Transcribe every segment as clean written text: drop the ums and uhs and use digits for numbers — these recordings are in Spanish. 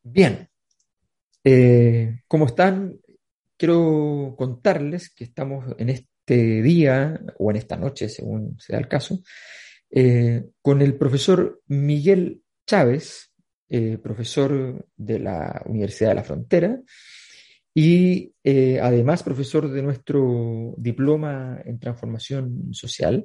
Bien, ¿cómo están? Quiero contarles que estamos en este día o en esta noche, según sea el caso, con el profesor Miguel Chávez, profesor de la Universidad de la Frontera y además profesor de nuestro diploma en transformación social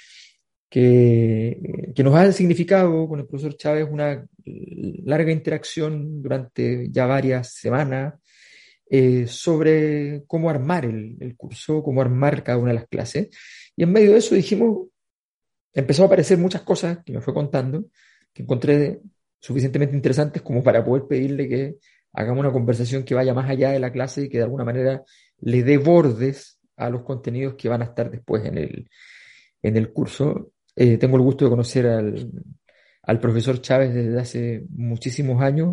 que nos ha significado con el profesor Chávez una larga interacción durante ya varias semanas sobre cómo armar el curso, cómo armar cada una de las clases. Y en medio de eso dijimos, empezó a aparecer muchas cosas que me fue contando, que encontré suficientemente interesantes como para poder pedirle que hagamos una conversación que vaya más allá de la clase y que de alguna manera le dé bordes a los contenidos que van a estar después en el curso. Tengo el gusto de conocer al profesor Chávez desde hace muchísimos años.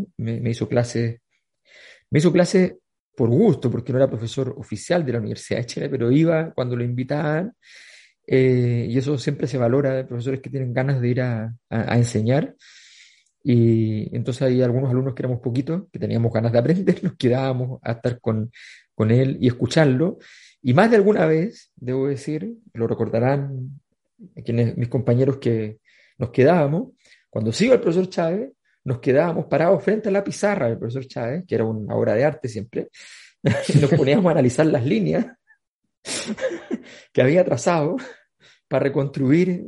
Me hizo clase por gusto, porque no era profesor oficial de la Universidad de Chile, pero iba cuando lo invitaban. Y eso siempre se valora de profesores que tienen ganas de ir a enseñar. Y entonces hay algunos alumnos que éramos poquitos, que teníamos ganas de aprender, nos quedábamos a estar con él y escucharlo. Y más de alguna vez, debo decir, lo recordarán quienes, mis compañeros que nos quedábamos, cuando se iba el profesor Chávez, nos quedábamos parados frente a la pizarra del profesor Chávez, que era una obra de arte siempre, y nos poníamos a analizar las líneas que había trazado para reconstruir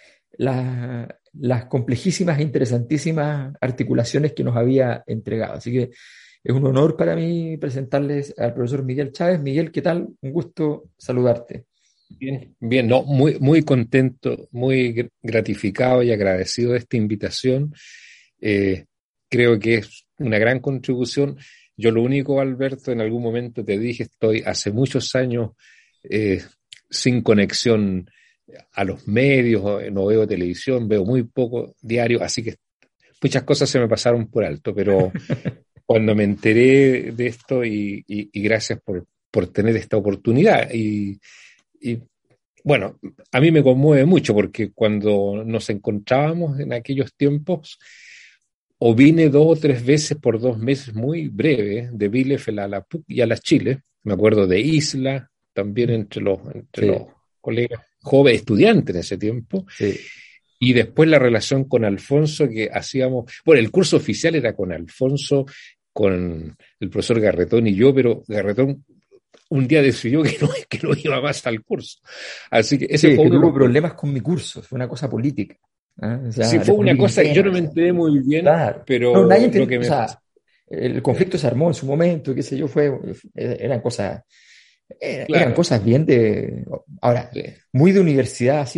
las complejísimas e interesantísimas articulaciones que nos había entregado. Así que es un honor para mí presentarles al profesor Miguel Chávez. Miguel, ¿qué tal? Un gusto saludarte. Bien, bien, no, muy contento, muy gratificado y agradecido de esta invitación. Eh, Creo que es una gran contribución. Yo lo único, Alberto, en algún momento te dije, estoy hace muchos años eh, sin conexión a los medios, no veo televisión, veo muy poco diario, así que muchas cosas se me pasaron por alto, pero cuando me enteré de esto y gracias por tener esta oportunidad. Y bueno, a mí me conmueve mucho porque cuando nos encontrábamos en aquellos tiempos, o vine 2 o 3 veces por 2 meses muy breves, de Bielefeld a la PUC y a la Chile, me acuerdo de Isla, también entre los Sí, colegas jóvenes estudiantes en ese tiempo, sí. y después la relación con Alfonso que hacíamos, bueno, el curso oficial era con Alfonso, con el profesor Garretón y yo, pero Garretón un día decidió que no iba más al curso. Así que Sí, ese es fue que uno de tuvo los problemas. problemas con mi curso, fue una cosa política, ¿ah? O Sí, sea, de fue una política cosa, yo interna, no o me sea, enteré muy bien, claro. No, nadie pero lo entiende, que o me pasó. sea, el conflicto se armó en su momento, qué sé yo, eran cosas, eran Claro, cosas bien de, ahora, sí, muy de universidad, así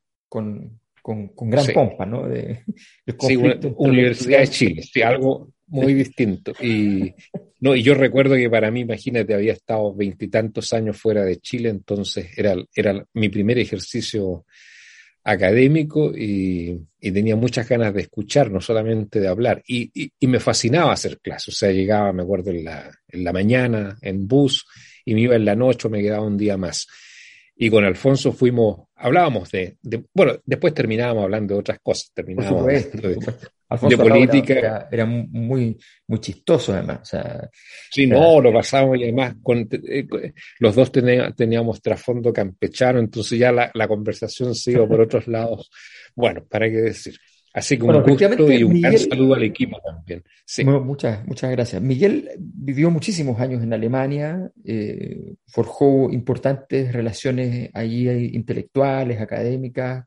con gran sí, pompa, ¿no? De, el sí, conflicto entre los Universidad de estudiantes. Chile, sí, algo muy Sí, distinto. Y, no, y yo recuerdo que para mí, imagínate, había estado 20 y tantos años fuera de Chile, entonces era mi primer ejercicio académico y tenía muchas ganas de escuchar, no solamente de hablar. Y me fascinaba hacer clases, o sea, llegaba, me acuerdo, en la mañana, en bus, y me iba en la noche o me quedaba un día más. Y con Alfonso hablábamos bueno, después terminábamos hablando de otras cosas, por terminábamos supuesto, hablando por de, supuesto. de Alfonso Arrau política. era muy, muy chistoso, además, o sea, Sí, era, no, lo pasábamos y además los dos teníamos trasfondo campechano, entonces ya la conversación se iba por otros lados. Bueno, ¿para qué decir? Así que bueno, un gusto efectivamente, y un gran Miguel. saludo al equipo también. Sí, Muchas gracias. Miguel vivió muchísimos años en Alemania, forjó importantes relaciones allí intelectuales, académicas,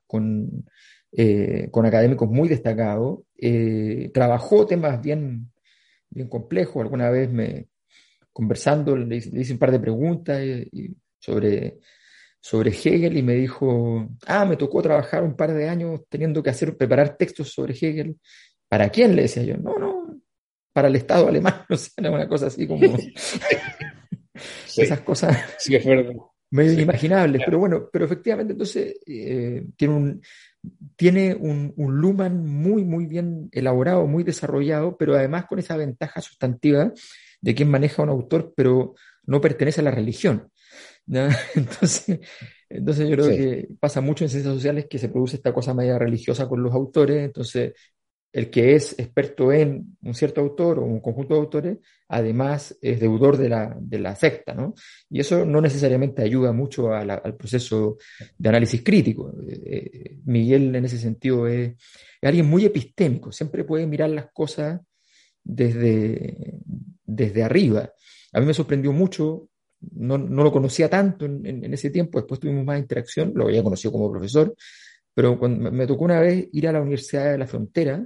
con académicos muy destacados. Trabajó temas bien complejos. Alguna vez conversando le hice un par de preguntas sobre Hegel y me dijo, me tocó trabajar un par de años teniendo que preparar textos sobre Hegel. ¿Para quién? Le decía yo. No, no, para el Estado alemán, o sea, era una cosa así como esas sí, cosas sí, es verdad. medio Sí. inimaginables, Ya. pero bueno, pero efectivamente entonces tiene un Luhmann muy bien elaborado, muy desarrollado, pero además con esa ventaja sustantiva de quien maneja un autor, pero no pertenece a la religión, ¿ya? Entonces yo creo Sí. que pasa mucho en ciencias sociales que se produce esta cosa media religiosa con los autores, entonces el que es experto en un cierto autor o un conjunto de autores, además es deudor de la secta, ¿no? Y eso no necesariamente ayuda mucho al proceso de análisis crítico. Miguel en ese sentido es alguien muy epistémico, siempre puede mirar las cosas desde, desde arriba. A mí me sorprendió mucho, no lo conocía tanto en ese tiempo, después tuvimos más interacción, lo había conocido como profesor, pero cuando me tocó una vez ir a la Universidad de la Frontera,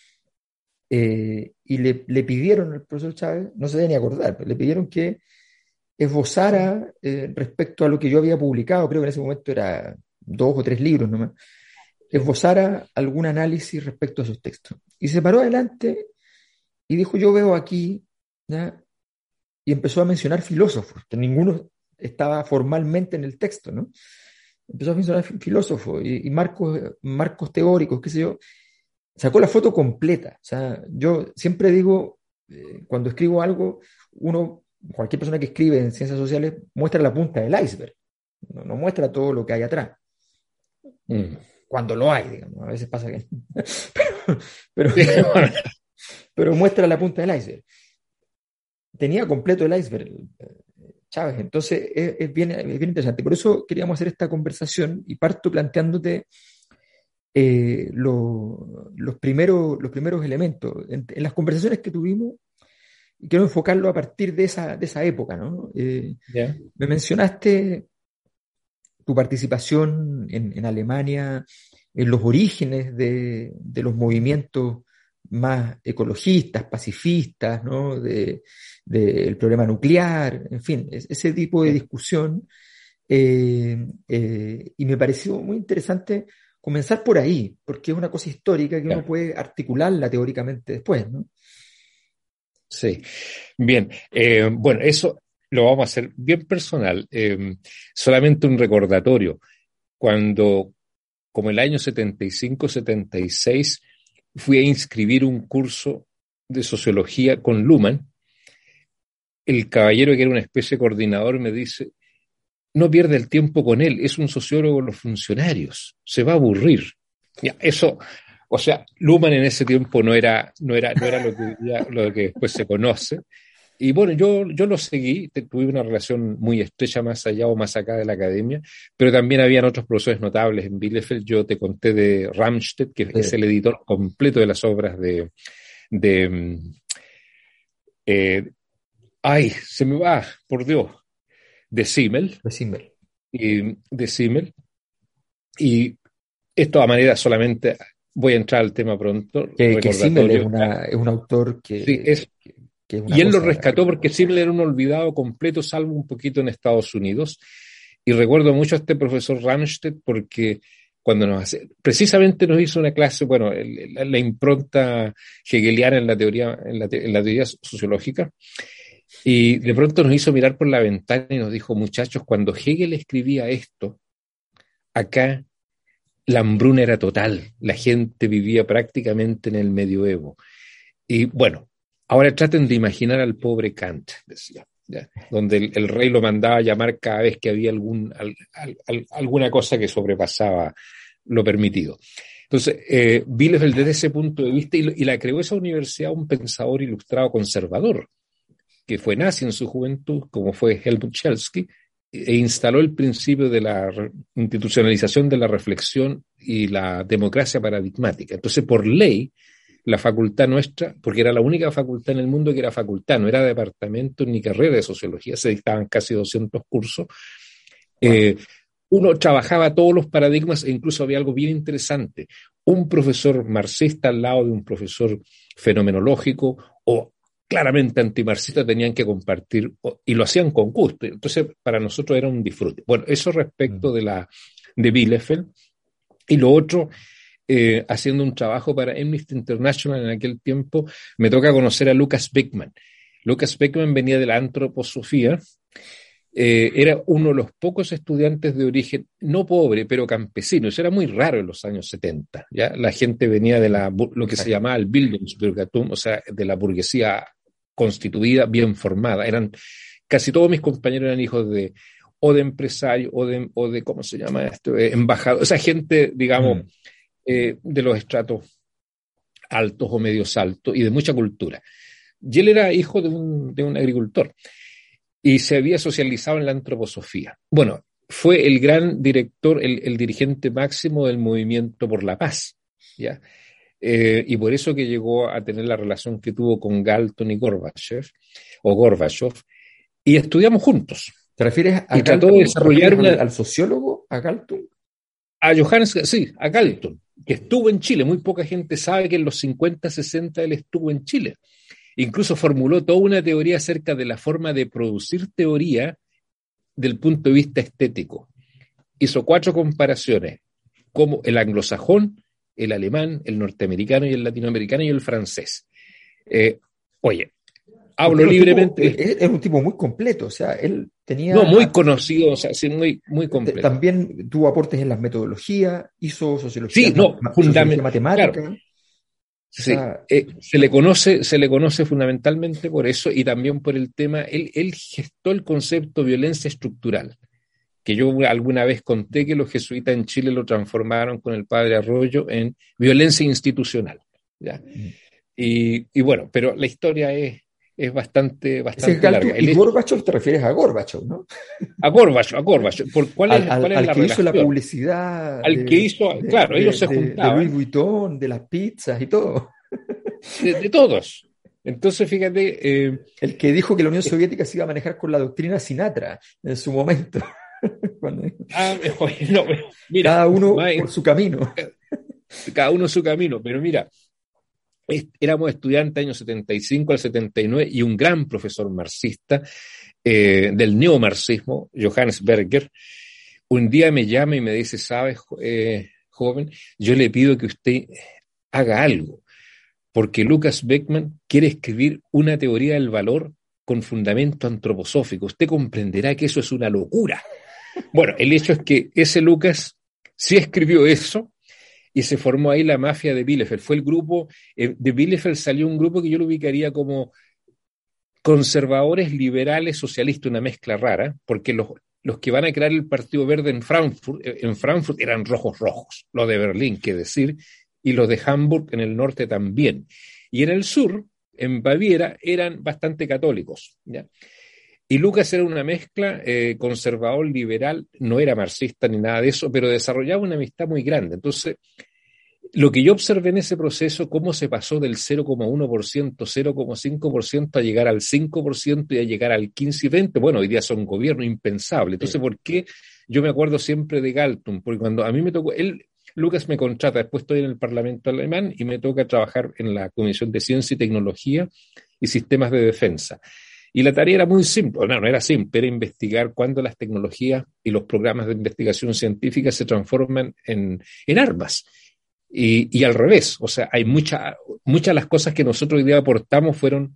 y le pidieron al profesor Chávez, no se debe ni acordar, pero le pidieron que esbozara respecto a lo que yo había publicado, creo que en ese momento era 2 o 3 libros nomás, esbozara algún análisis respecto a sus textos. Y se paró adelante y dijo, yo veo aquí, ¿ya? Y empezó a mencionar filósofos, que ninguno estaba formalmente en el texto, ¿no? Empezó a mencionar filósofos y marcos teóricos, qué sé yo. Sacó la foto completa. O sea, yo siempre digo, cuando escribo algo, cualquier persona que escribe en ciencias sociales muestra la punta del iceberg, no muestra todo lo que hay atrás. Mm. Cuando lo hay, digamos, a veces pasa que... pero, Sí, bueno, pero muestra la punta del iceberg. Tenía completo el iceberg, Chávez. Entonces es bien interesante. Por eso queríamos hacer esta conversación y parto planteándote los primeros elementos. En las conversaciones que tuvimos, y quiero enfocarlo a partir de esa época, ¿no? ya. Me mencionaste tu participación en Alemania, en los orígenes de los movimientos más ecologistas, pacifistas, ¿no? Del problema nuclear, en fin, ese tipo de Sí. discusión. Y me pareció muy interesante comenzar por ahí, porque es una cosa histórica que uno Ya. puede articularla teóricamente después, ¿no? Sí. Bien, bueno, eso lo vamos a hacer bien personal. Solamente un recordatorio. Cuando, como el año 75-76, fui a inscribir un curso de sociología con Luhmann, el caballero que era una especie de coordinador me dice, no pierda el tiempo con él, es un sociólogo de los funcionarios, se va a aburrir. Ya, eso, o sea, Luhmann en ese tiempo no era lo que después se conoce. Y bueno, yo lo seguí, tuve una relación muy estrecha más allá o más acá de la academia, pero también habían otros profesores notables en Bielefeld. Yo te conté de Ramstedt, que es el editor completo de las obras de eh, ay, se me va, por Dios, de Simmel, Decime. de Simmel. Y esto a manera solamente, voy a entrar al tema pronto, Que Simmel recordatorio. es un autor Sí, que es una y él lo cosa. rescató porque Simmel era un olvidado completo, salvo un poquito en Estados Unidos. Y recuerdo mucho a este profesor Ramstedt porque cuando precisamente nos hizo una clase, bueno, la impronta hegeliana en la teoría, en la teoría sociológica, y de pronto nos hizo mirar por la ventana y nos dijo, muchachos, cuando Hegel escribía esto, acá la hambruna era total, la gente vivía prácticamente en el medioevo. Y bueno, ahora traten de imaginar al pobre Kant, decía, ¿ya? Donde el rey lo mandaba a llamar cada vez que había alguna cosa que sobrepasaba lo permitido. Entonces, Bielefeld desde ese punto de vista, y la creó esa universidad un pensador ilustrado conservador, que fue nazi en su juventud, como fue Helmut Schelsky, e instaló el principio de la institucionalización de la reflexión y la democracia paradigmática. Entonces, por ley, la facultad nuestra, porque era la única facultad en el mundo que era facultad, no era departamento ni carrera de sociología, se dictaban casi 200 cursos. Wow. Uno trabajaba todos los paradigmas e incluso había algo bien interesante. Un profesor marxista al lado de un profesor fenomenológico o claramente antimarxista tenían que compartir y lo hacían con gusto. Entonces, para nosotros era un disfrute. Bueno, eso respecto de Bielefeld. Y lo otro, haciendo un trabajo para Amnesty International en aquel tiempo, me toca conocer a Lucas Beckmann. Lucas Beckmann venía de la antroposofía, era uno de los pocos estudiantes de origen, no pobre, pero campesino. Eso era muy raro en los años 70. ¿Ya? La gente venía de lo que se Exacto. llamaba el Bildungsbürgertum, o sea, de la burguesía constituida, bien formada. Casi todos mis compañeros eran hijos o de empresarios, o de ¿cómo se llama esto? Embajadores, o sea, gente, digamos, Mm. de los estratos altos o medios altos y de mucha cultura. Y él era hijo de un agricultor y se había socializado en la antroposofía. Bueno, fue el gran director, el dirigente máximo del movimiento por la paz, ¿ya? Y por eso que llegó a tener la relación que tuvo con Galton y Gorbachev, y estudiamos juntos. ¿Te refieres a Y trató Galton? de desarrollar Al sociólogo, a Galton? a Johannes, sí, a Galton, que estuvo en Chile. Muy poca gente sabe que en los 50, 60 él estuvo en Chile. Incluso formuló toda una teoría acerca de la forma de producir teoría del punto de vista estético. Hizo 4 comparaciones, como el anglosajón, el alemán, el norteamericano y el latinoamericano y el francés. Oye, hablo libremente. Es un tipo muy completo, o sea, él No, tenía... muy conocido, o sea, sí, muy completo. También tuvo aportes en las metodologías, hizo Sí, no, sociología claro. matemática. O Sí, sea, se le conoce fundamentalmente por eso y también por el tema, él gestó el concepto violencia estructural, que yo alguna vez conté que los jesuitas en Chile lo transformaron con el padre Arroyo en violencia institucional, ¿ya? Y bueno, pero la historia es bastante larga. Y Gorbachev, te refieres a Gorbachev, ¿no? A Gorbachev. ¿Cuál es Al la que hizo la relación? publicidad Al que hizo, claro, ellos se de Louis juntaban, Vuitton, de las pizzas y todo. de todos. Entonces, fíjate, El que dijo que la Unión Soviética se iba a manejar con la doctrina Sinatra en su momento. no, mira, Cada uno por su camino. cada uno su camino, pero mira, éramos estudiantes años 75 al 79 y un gran profesor marxista del neomarxismo, Johannes Berger, un día me llama y me dice, ¿sabes, joven? Yo le pido que usted haga algo, porque Lucas Beckmann quiere escribir una teoría del valor con fundamento antroposófico. Usted comprenderá que eso es una locura. Bueno, el hecho es que ese Lucas sí escribió eso y se formó ahí la mafia de Bielefeld. Fue el grupo, de Bielefeld salió un grupo que yo lo ubicaría como conservadores, liberales, socialistas, una mezcla rara, porque los que van a crear el Partido Verde en Frankfurt eran rojos, los de Berlín, qué decir, y los de Hamburg en el norte también. Y en el sur, en Baviera, eran bastante católicos, ¿ya? Y Lucas era una mezcla conservador, liberal, no era marxista ni nada de eso, pero desarrollaba una amistad muy grande. Entonces, lo que yo observé en ese proceso, cómo se pasó del 0,1%, 0,5% a llegar al 5% y a llegar al 15 y 20%, bueno, hoy día son gobiernos impensables. Entonces, ¿por qué? Yo me acuerdo siempre de Galton, porque cuando a mí me tocó, Lucas me contrata, después estoy en el Parlamento alemán y me toca trabajar en la Comisión de Ciencia y Tecnología y Sistemas de Defensa. Y la tarea era muy simple, no era simple, era investigar cuándo las tecnologías y los programas de investigación científica se transforman en armas. Y al revés, o sea, hay muchas de las cosas que nosotros hoy día aportamos fueron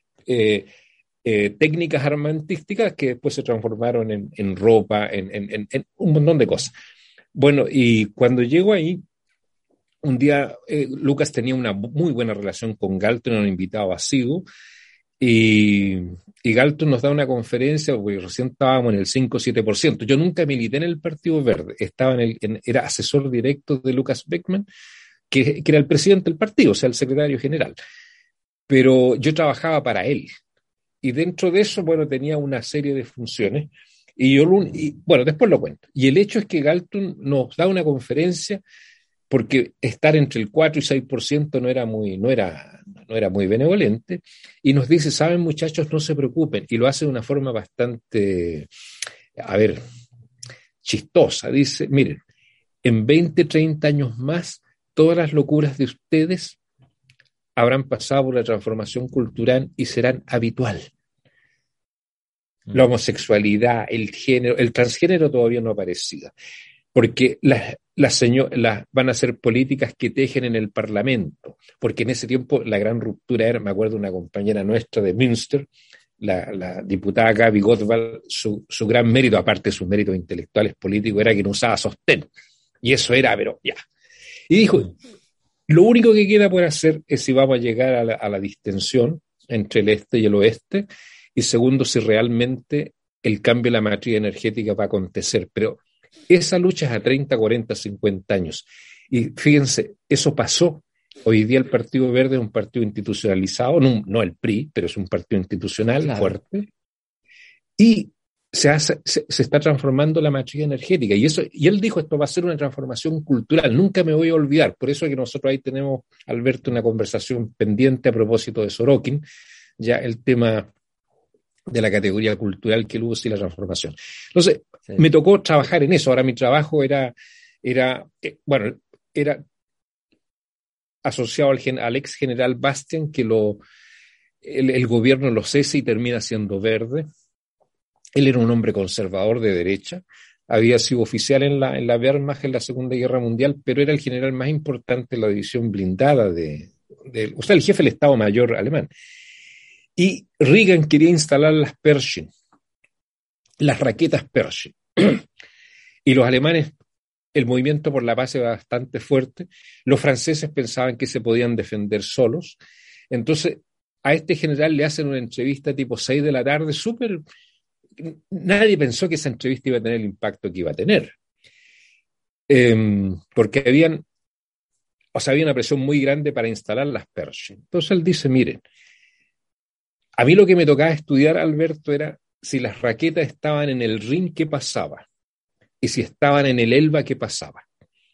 técnicas armamentísticas que después se transformaron en ropa, en un montón de cosas. Bueno, y cuando llego ahí, un día Lucas tenía una muy buena relación con Galton, era un invitado asiduo, y Galton nos da una conferencia, porque recién estábamos en el 5 o 7%. Yo nunca milité en el Partido Verde, era asesor directo de Lucas Beckmann, que era el presidente del partido, o sea, el secretario general. Pero yo trabajaba para él. Y dentro de eso, bueno, tenía una serie de funciones. Bueno, después lo cuento. Y el hecho es que Galton nos da una conferencia porque estar entre el 4 y 6% no era muy benevolente, y nos dice, saben muchachos, no se preocupen, y lo hace de una forma bastante, chistosa, dice, miren, en 20, 30 años más, todas las locuras de ustedes habrán pasado por la transformación cultural y serán habitual. La homosexualidad, el género, el transgénero todavía no ha aparecido, porque las van a ser políticas que tejen en el Parlamento, porque en ese tiempo la gran ruptura era, me acuerdo, una compañera nuestra de Münster, la diputada Gaby Gottwald, su gran mérito, aparte de sus méritos intelectuales políticos, era que no usaba sostén, y eso era, pero ya. Y dijo, lo único que queda por hacer es si vamos a llegar a la distensión entre el este y el oeste, y segundo, si realmente el cambio de la matriz energética va a acontecer, pero esa lucha es a 30, 40, 50 años. Y fíjense, eso pasó Hoy día el Partido Verde es un partido institucionalizado, no el PRI, pero es un partido institucional Claro. fuerte, y se está transformando la matriz energética. Y él dijo, esto va a ser una transformación cultural, nunca me voy a olvidar. Por eso es que nosotros ahí tenemos, Alberto, una conversación pendiente a propósito de Sorokin, ya el tema de la categoría cultural que él usa y la transformación. Entonces, Sí. me tocó trabajar en eso. Ahora mi trabajo era asociado al ex general Bastian, que el gobierno lo cesa y termina siendo verde. Él era un hombre conservador de derecha, había sido oficial en la Wehrmacht en la Segunda Guerra Mundial, pero era el general más importante de la división blindada o sea, el jefe del Estado Mayor alemán. Y Reagan quería instalar las Pershing, las raquetas Pershing. Y los alemanes, el movimiento por la paz era bastante fuerte. Los franceses pensaban que se podían defender solos. Entonces, a este general le hacen una entrevista tipo 6 de la tarde, súper. Nadie pensó que esa entrevista iba a tener el impacto que iba a tener. Porque había una presión muy grande para instalar las Pershing. Entonces él dice, miren, a mí lo que me tocaba estudiar, Alberto, era si las raquetas estaban en el Rin, ¿qué pasaba? Y si estaban en el Elba, ¿qué pasaba?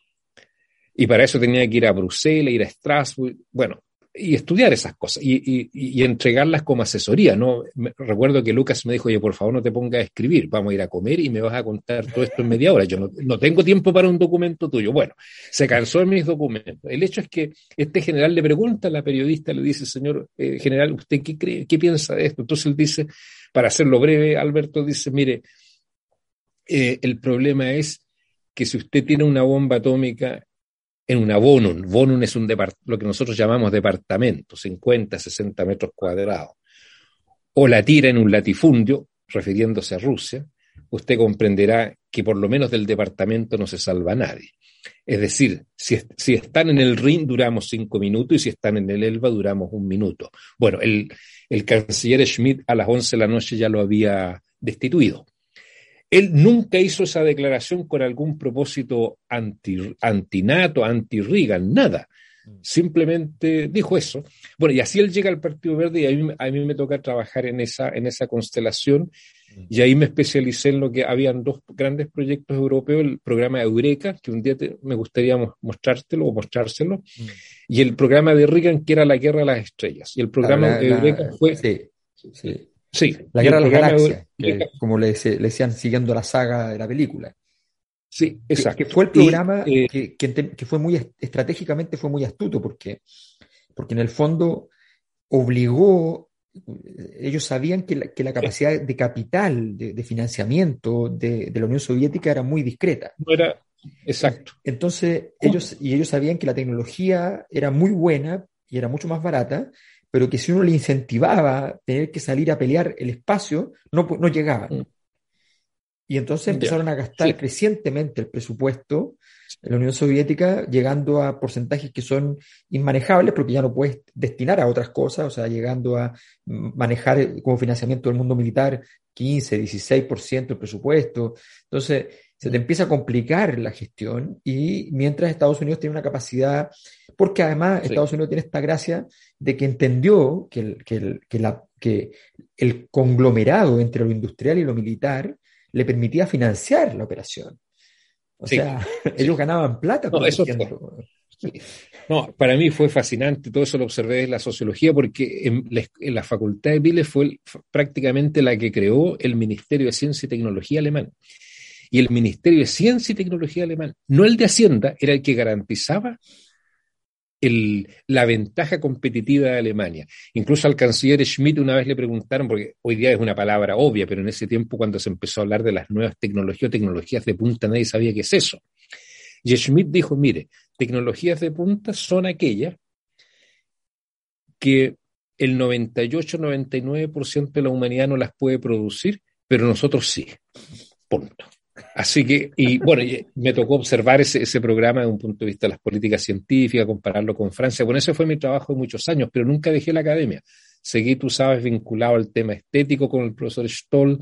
Y para eso tenía que ir a Bruselas, ir a Estrasburgo, bueno, y estudiar esas cosas y entregarlas como asesoría, ¿no? Recuerdo que Lucas me dijo, oye, por favor no te pongas a escribir, vamos a ir a comer y me vas a contar todo esto en media hora. Yo no tengo tiempo para un documento tuyo. Bueno, se cansó de mis documentos. El hecho es que este general le pregunta a la periodista, le dice, señor general, ¿usted qué cree, qué piensa de esto? Entonces él dice, para hacerlo breve, Alberto dice, mire, el problema es que si usted tiene una bomba atómica en una Bonum es lo que nosotros llamamos departamento, 50, 60 metros cuadrados, o la tira en un latifundio, refiriéndose a Rusia, usted comprenderá que por lo menos del departamento no se salva nadie. Es decir, si están en el Rin duramos 5 minutos y si están en el Elba duramos 1 minuto. Bueno, el canciller Schmidt a las 11 de la noche ya lo había destituido. Él nunca hizo esa declaración con algún propósito anti-NATO, anti-Reagan, nada. Simplemente dijo eso. Bueno, y así él llega al Partido Verde y a mí me toca trabajar en esa constelación y ahí me especialicé en lo que habían 2 grandes proyectos europeos, el programa Eureka, que un día me gustaría mostrárselo, y el programa de Reagan, que era la Guerra de las Estrellas. Y el programa Eureka fue... Sí, sí. Sí, La y el Guerra de las programa Galaxias, Eureka, como le decían siguiendo la saga de la película. sí, Que exacto. fue el programa que fue estratégicamente fue muy astuto, porque en el fondo obligó, ellos sabían que la capacidad de capital, de financiamiento de la Unión Soviética era muy discreta. No era exacto. Entonces, ellos sabían que la tecnología era muy buena y era mucho más barata, pero que si uno le incentivaba a tener que salir a pelear el espacio, no llegaban. Y entonces Ya, empezaron a gastar sí, crecientemente el presupuesto en la Unión Soviética, llegando a porcentajes que son inmanejables porque ya no puedes destinar a otras cosas, o sea, llegando a manejar como financiamiento del mundo militar 15, 16% del presupuesto. Entonces, se te empieza a complicar la gestión y mientras Estados Unidos tiene una capacidad, porque además sí, Estados Unidos tiene esta gracia de que entendió que el conglomerado entre lo industrial y lo militar le permitía financiar la operación. O sí, sea, ellos sí. ganaban plata No, eso fue. protegiendo. Sí. No, para mí fue fascinante, todo eso lo observé en la sociología, porque en la Facultad de Pile fue prácticamente la que creó el Ministerio de Ciencia y Tecnología alemán. Y el Ministerio de Ciencia y Tecnología alemán, no el de Hacienda, era el que garantizaba la ventaja competitiva de Alemania. Incluso al canciller Schmidt una vez le preguntaron, porque hoy día es una palabra obvia, pero en ese tiempo cuando se empezó a hablar de las nuevas tecnologías, tecnologías de punta, nadie sabía qué es eso. Y Schmidt dijo, mire, tecnologías de punta son aquellas que el 98-99% de la humanidad no las puede producir, pero nosotros sí. Punto. Así que, y bueno, me tocó observar ese programa desde un punto de vista de las políticas científicas, compararlo con Francia. Bueno, ese fue mi trabajo de muchos años, pero nunca dejé la academia. Seguí, tú sabes, vinculado al tema estético con el profesor Stoll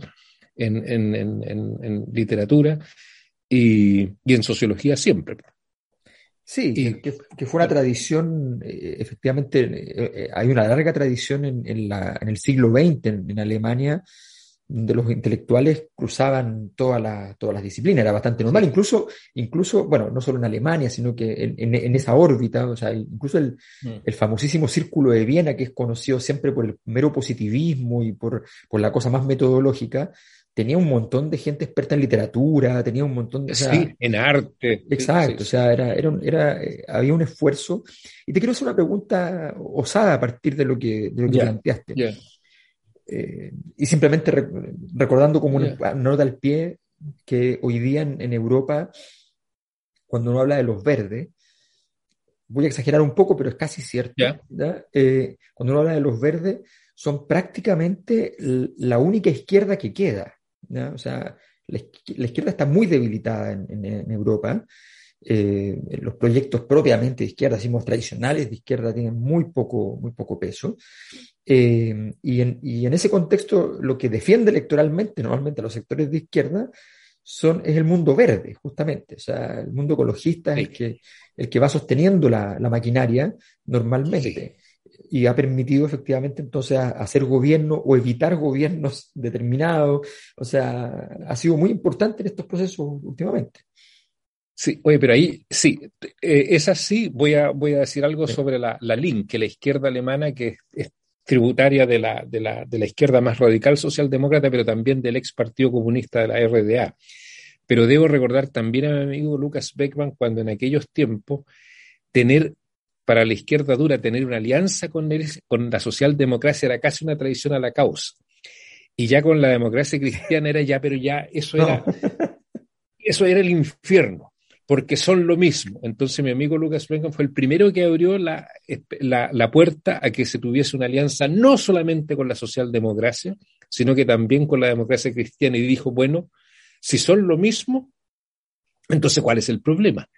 en literatura y en sociología siempre. Sí, Y que fue una tradición, efectivamente, hay una larga tradición en el siglo XX en Alemania, donde los intelectuales cruzaban todas las disciplinas, era bastante normal, sí, incluso, bueno, no solo en Alemania, sino que en esa órbita, o sea, incluso mm, el famosísimo Círculo de Viena, que es conocido siempre por el mero positivismo y por la cosa más metodológica, tenía un montón de gente experta en literatura, tenía un montón de, o sea, sí, en arte, sí, sí, exacto, o sí. sea, había un esfuerzo. Y te quiero hacer una pregunta osada a partir de lo que Ya, planteaste. ya, Y simplemente recordando como ya, una nota al pie, que hoy día en Europa, cuando uno habla de los verdes, voy a exagerar un poco, pero es casi cierto, ya, ¿ya? Cuando uno habla de los verdes, son prácticamente la única izquierda que queda, ¿ya? O sea, la izquierda está muy debilitada en Europa. Los proyectos propiamente de izquierda, decimos tradicionales de izquierda, tienen muy poco peso. Y en ese contexto, lo que defiende electoralmente normalmente a los sectores de izquierda es el mundo verde, justamente. O sea, el mundo ecologista es sí, el que va sosteniendo la maquinaria sí. normalmente y ha permitido efectivamente entonces hacer gobierno o evitar gobiernos determinados. O sea, ha sido muy importante en estos procesos últimamente. Sí, oye, pero ahí sí, es así. Voy a decir algo Sí, sobre la LINK, que la izquierda alemana, que es tributaria de la izquierda más radical socialdemócrata, pero también del ex Partido Comunista de la RDA. Pero debo recordar también a mi amigo Lucas Beckman cuando en aquellos tiempos tener, para la izquierda dura, tener una alianza con la socialdemocracia era casi una traición a la causa. Y ya con la democracia cristiana era ya, pero ya no, eso era el infierno, porque son lo mismo. Entonces mi amigo Lucas Benham fue el primero que abrió la puerta a que se tuviese una alianza no solamente con la socialdemocracia, sino que también con la democracia cristiana y dijo, bueno, si son lo mismo, entonces ¿cuál es el problema?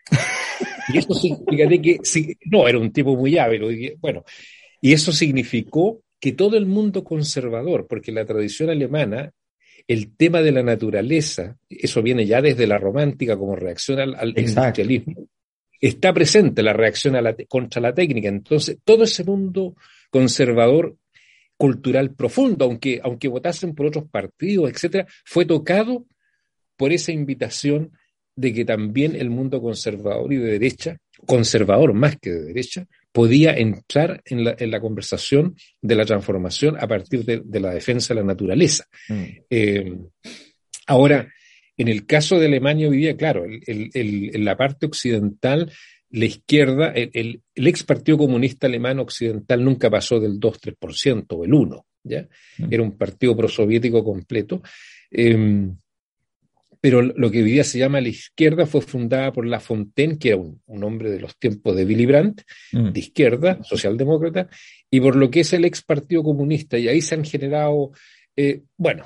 Y eso significa que, sí, no, era un tipo muy hábil, bueno, y eso significó que todo el mundo conservador, porque la tradición alemana el tema de la naturaleza, eso viene ya desde la romántica como reacción al exacto. industrialismo, está presente la reacción contra la técnica. Entonces, todo ese mundo conservador cultural profundo, aunque votasen por otros partidos, etcétera, fue tocado por esa invitación de que también el mundo conservador y de derecha, conservador más que de derecha, podía entrar en la conversación de la transformación a partir de la defensa de la naturaleza. Mm. Eh, Ahora, en el caso de Alemania hoy día, claro, en la parte occidental, la izquierda, el ex Partido Comunista Alemán Occidental nunca pasó del 2-3% o el 1%, ¿ya? Mm. Era un partido prosoviético completo. Eh, pero lo que hoy día se llama la izquierda fue fundada por Lafontaine, que era un hombre de los tiempos de Willy Brandt, Mm. de izquierda, socialdemócrata, y por lo que es el ex Partido Comunista. Y ahí se han generado, bueno,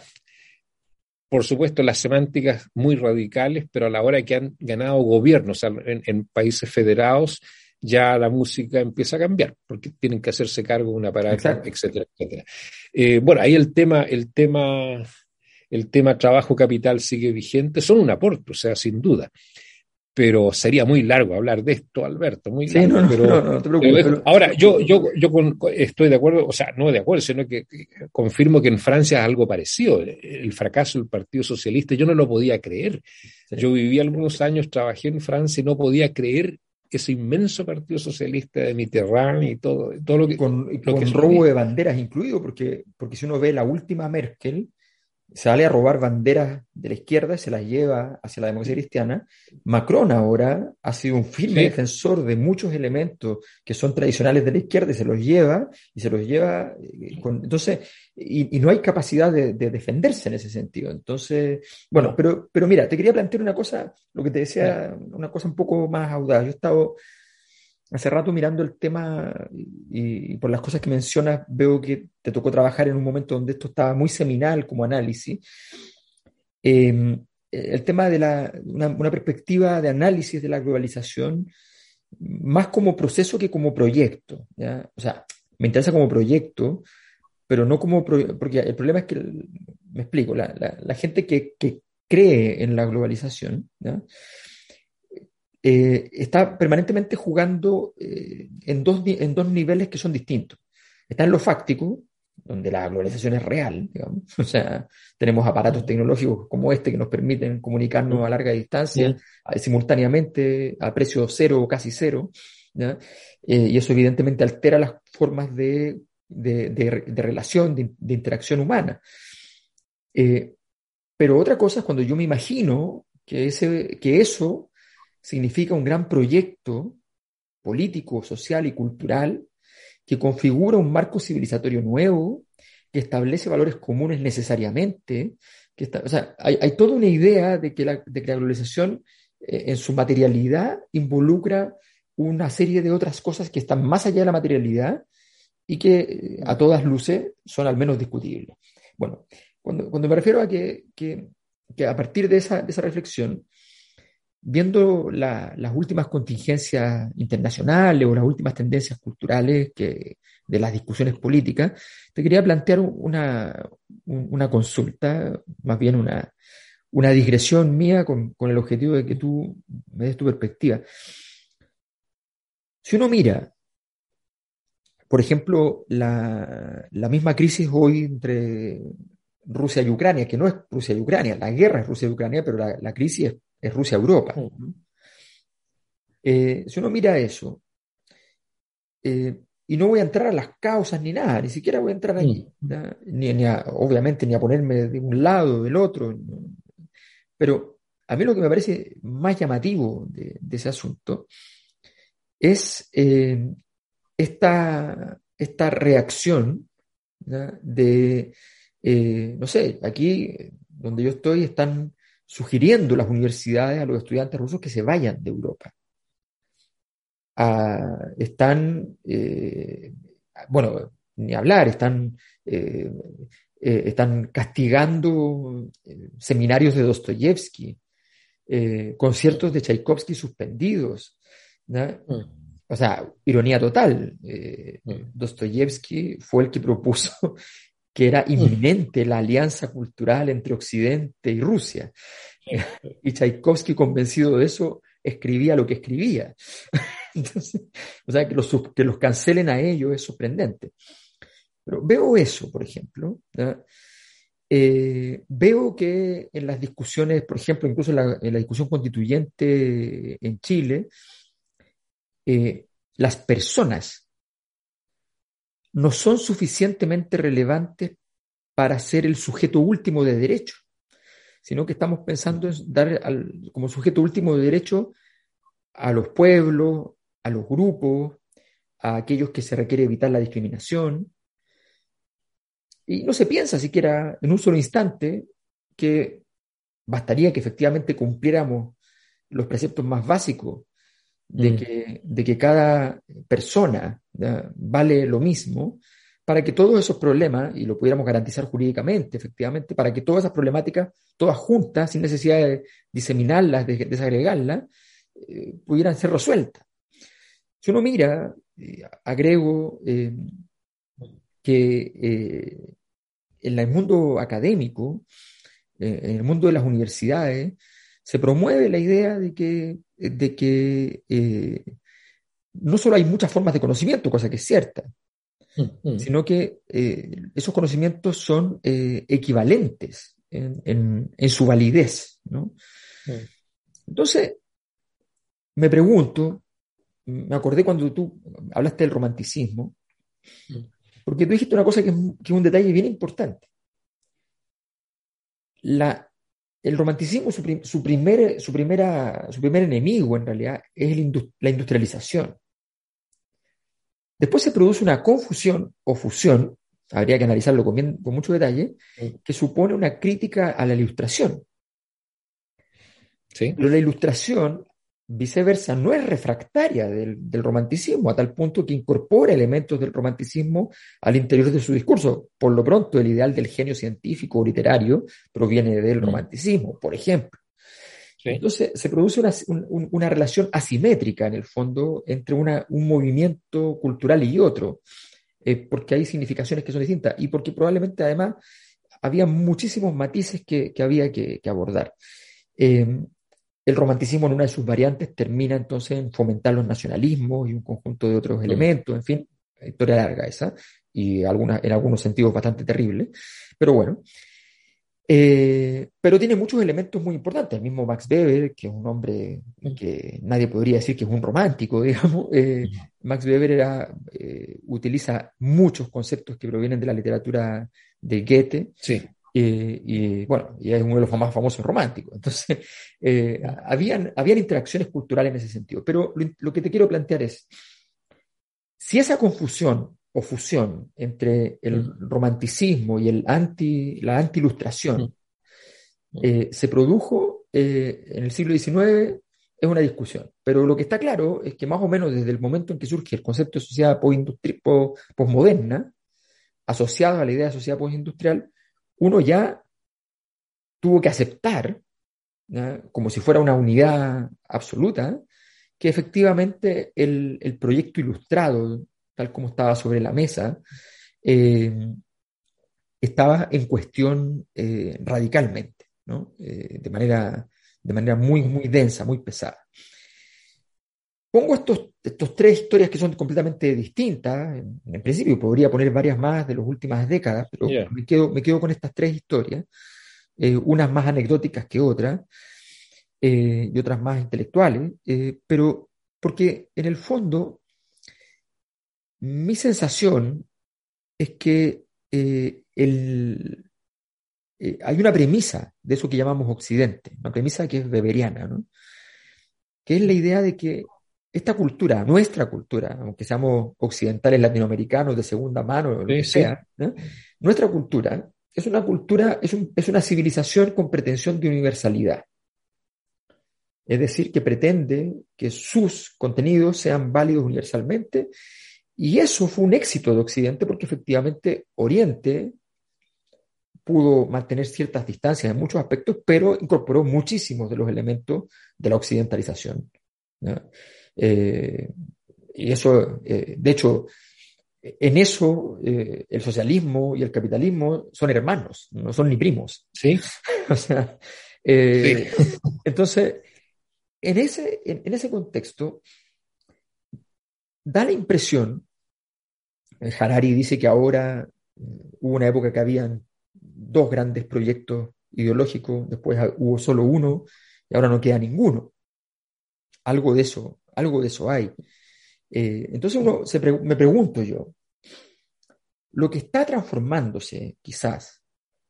por supuesto, las semánticas muy radicales, pero a la hora que han ganado gobiernos en países federados, ya la música empieza a cambiar, porque tienen que hacerse cargo de un aparato, Exacto. etcétera, etcétera. Bueno, ahí el tema trabajo capital sigue vigente, son un aporte, o sea, sin duda, pero sería muy largo hablar de esto, Alberto, muy Sí, no, largo, no, no, no, no te pero preocupes, pero ahora estoy de acuerdo, o sea, no de acuerdo, sino que confirmo que en Francia es algo parecido, el fracaso del Partido Socialista, yo no lo podía creer. sí. Yo viví algunos años, trabajé en Francia y no podía creer ese inmenso Partido Socialista de Mitterrand y todo Y lo que con eso robo venía. de banderas incluido, porque si uno ve la última Merkel, sale a robar banderas de la izquierda y se las lleva hacia la democracia cristiana. Macron ahora ha sido un firme Sí, defensor de muchos elementos que son tradicionales de la izquierda y se los lleva entonces, y no hay capacidad de defenderse en ese sentido. Entonces, bueno, no, pero mira, te quería plantear una cosa, lo que te ya, decía, una cosa un poco más audaz. Yo he estado hace rato mirando el tema y por las cosas que mencionas veo que te tocó trabajar en un momento donde esto estaba muy seminal como análisis. El tema de una perspectiva de análisis de la globalización más como proceso que como proyecto, ¿ya? O sea, me interesa como proyecto, pero no como... porque el problema es que, me explico, la gente que cree en la globalización, ¿ya? está permanentemente jugando en dos niveles que son distintos. Está en lo fáctico, donde la globalización es real, digamos. O sea, tenemos aparatos tecnológicos como este que nos permiten comunicarnos a larga distancia, simultáneamente, a precio cero o casi cero, ¿ya? Y eso evidentemente altera las formas de relación, de interacción humana. Eh, pero otra cosa es cuando yo me imagino que eso significa un gran proyecto político, social y cultural que configura un marco civilizatorio nuevo, que establece valores comunes necesariamente, o sea, hay toda una idea de que la globalización en su materialidad involucra una serie de otras cosas que están más allá de la materialidad y que a todas luces son al menos discutibles. Bueno, cuando me refiero a que a partir de esa reflexión, viendo las últimas contingencias internacionales o las últimas tendencias culturales de las discusiones políticas, te quería plantear una consulta, más bien una digresión mía con el objetivo de que tú me des tu perspectiva. Si uno mira, por ejemplo, la misma crisis hoy entre Rusia y Ucrania, que no es Rusia y Ucrania, la guerra es Rusia y Ucrania, pero la crisis es Rusia-Europa. Si uno mira eso, y no voy a entrar a las causas ni nada, ni siquiera voy a entrar allí, ¿ya? Obviamente ni a ponerme de un lado o del otro, ¿no? Pero a mí lo que me parece más llamativo de ese asunto es esta reacción, ¿ya? No sé, aquí donde yo estoy están sugiriendo las universidades a los estudiantes rusos que se vayan de Europa. Bueno, ni hablar, están castigando seminarios de Dostoyevsky, conciertos de Tchaikovsky suspendidos, ¿no? O sea, ironía total. Dostoyevsky fue el que propuso que era inminente la alianza cultural entre Occidente y Rusia. Y Tchaikovsky, convencido de eso, escribía lo que escribía. Entonces, o sea, que los cancelen a ellos es sorprendente. Pero veo eso, por ejemplo, ¿ya? Veo que en las discusiones, por ejemplo, incluso en la discusión constituyente en Chile, las personas no son suficientemente relevantes para ser el sujeto último de derecho, sino que estamos pensando en dar como sujeto último de derecho a los pueblos, a los grupos, a aquellos que se requiere evitar la discriminación. Y no se piensa siquiera en un solo instante que bastaría que efectivamente cumpliéramos los preceptos más básicos de que cada persona, ¿ya?, vale lo mismo, para que todos esos problemas, y lo pudiéramos garantizar jurídicamente, efectivamente, para que todas esas problemáticas, todas juntas, sin necesidad de diseminarlas, de desagregarlas, pudieran ser resueltas. Si uno mira, agrego que en el mundo académico, en el mundo de las universidades, se promueve la idea de que no solo hay muchas formas de conocimiento, cosa que es cierta, sino que esos conocimientos son equivalentes en su validez, ¿no? Entonces, me pregunto, me acordé cuando tú hablaste del romanticismo, porque tú dijiste una cosa que es un detalle bien importante. El romanticismo, su primer enemigo en realidad es la industrialización. Después se produce una confusión o fusión, habría que analizarlo con mucho detalle, que supone una crítica a la ilustración. ¿Sí? Pero la ilustración, viceversa, no es refractaria del romanticismo, a tal punto que incorpora elementos del romanticismo al interior de su discurso. Por lo pronto, el ideal del genio científico o literario proviene del romanticismo, por ejemplo. ¿Sí? Entonces se produce una relación asimétrica, en el fondo, entre un movimiento cultural y otro, porque hay significaciones que son distintas y porque probablemente además había muchísimos matices que había que abordar. el romanticismo en una de sus variantes termina entonces en fomentar los nacionalismos y un conjunto de otros elementos, en fin, historia larga esa, y en algunos sentidos bastante terrible, pero bueno. Pero tiene muchos elementos muy importantes. El mismo Max Weber, que es un hombre que nadie podría decir que es un romántico, digamos. Max Weber utiliza muchos conceptos que provienen de la literatura de Goethe, Sí. y bueno, y es uno de los más famosos románticos. Entonces, habían interacciones culturales en ese sentido. Pero lo que te quiero plantear es, si esa confusión o fusión entre el romanticismo y la anti-ilustración se produjo en el siglo XIX, es una discusión. Pero lo que está claro es que más o menos desde el momento en que surge el concepto de sociedad posmoderna, asociado a la idea de sociedad postindustrial, uno ya tuvo que aceptar, ¿ya?, como si fuera una unidad absoluta, que efectivamente el proyecto ilustrado, tal como estaba sobre la mesa, eh, estaba en cuestión radicalmente, ¿no? De manera muy, muy densa, muy pesada. Pongo estos tres historias que son completamente distintas. En principio podría poner varias más de las últimas décadas, pero Yeah. me quedo con estas tres historias, unas más anecdóticas que otras, y otras más intelectuales, pero porque en el fondo mi sensación es que hay una premisa de eso que llamamos Occidente, una premisa que es weberiana, ¿no?, que es la idea de que esta cultura, nuestra cultura, aunque seamos occidentales latinoamericanos de segunda mano o lo Sí, que sí. sea, ¿no?, nuestra cultura, es una civilización con pretensión de universalidad. Es decir, que pretende que sus contenidos sean válidos universalmente, y eso fue un éxito de Occidente porque efectivamente Oriente pudo mantener ciertas distancias en muchos aspectos, pero incorporó muchísimos de los elementos de la occidentalización, ¿no? Eh, y eso, de hecho, en eso el socialismo y el capitalismo son hermanos, no son ni primos. Sí, O sea, sí. eh, entonces, en ese contexto, da la impresión, Harari dice que ahora hubo una época que habían dos grandes proyectos ideológicos, después hubo solo uno y ahora no queda ninguno. Algo de eso hay. Entonces me pregunto yo, lo que está transformándose quizás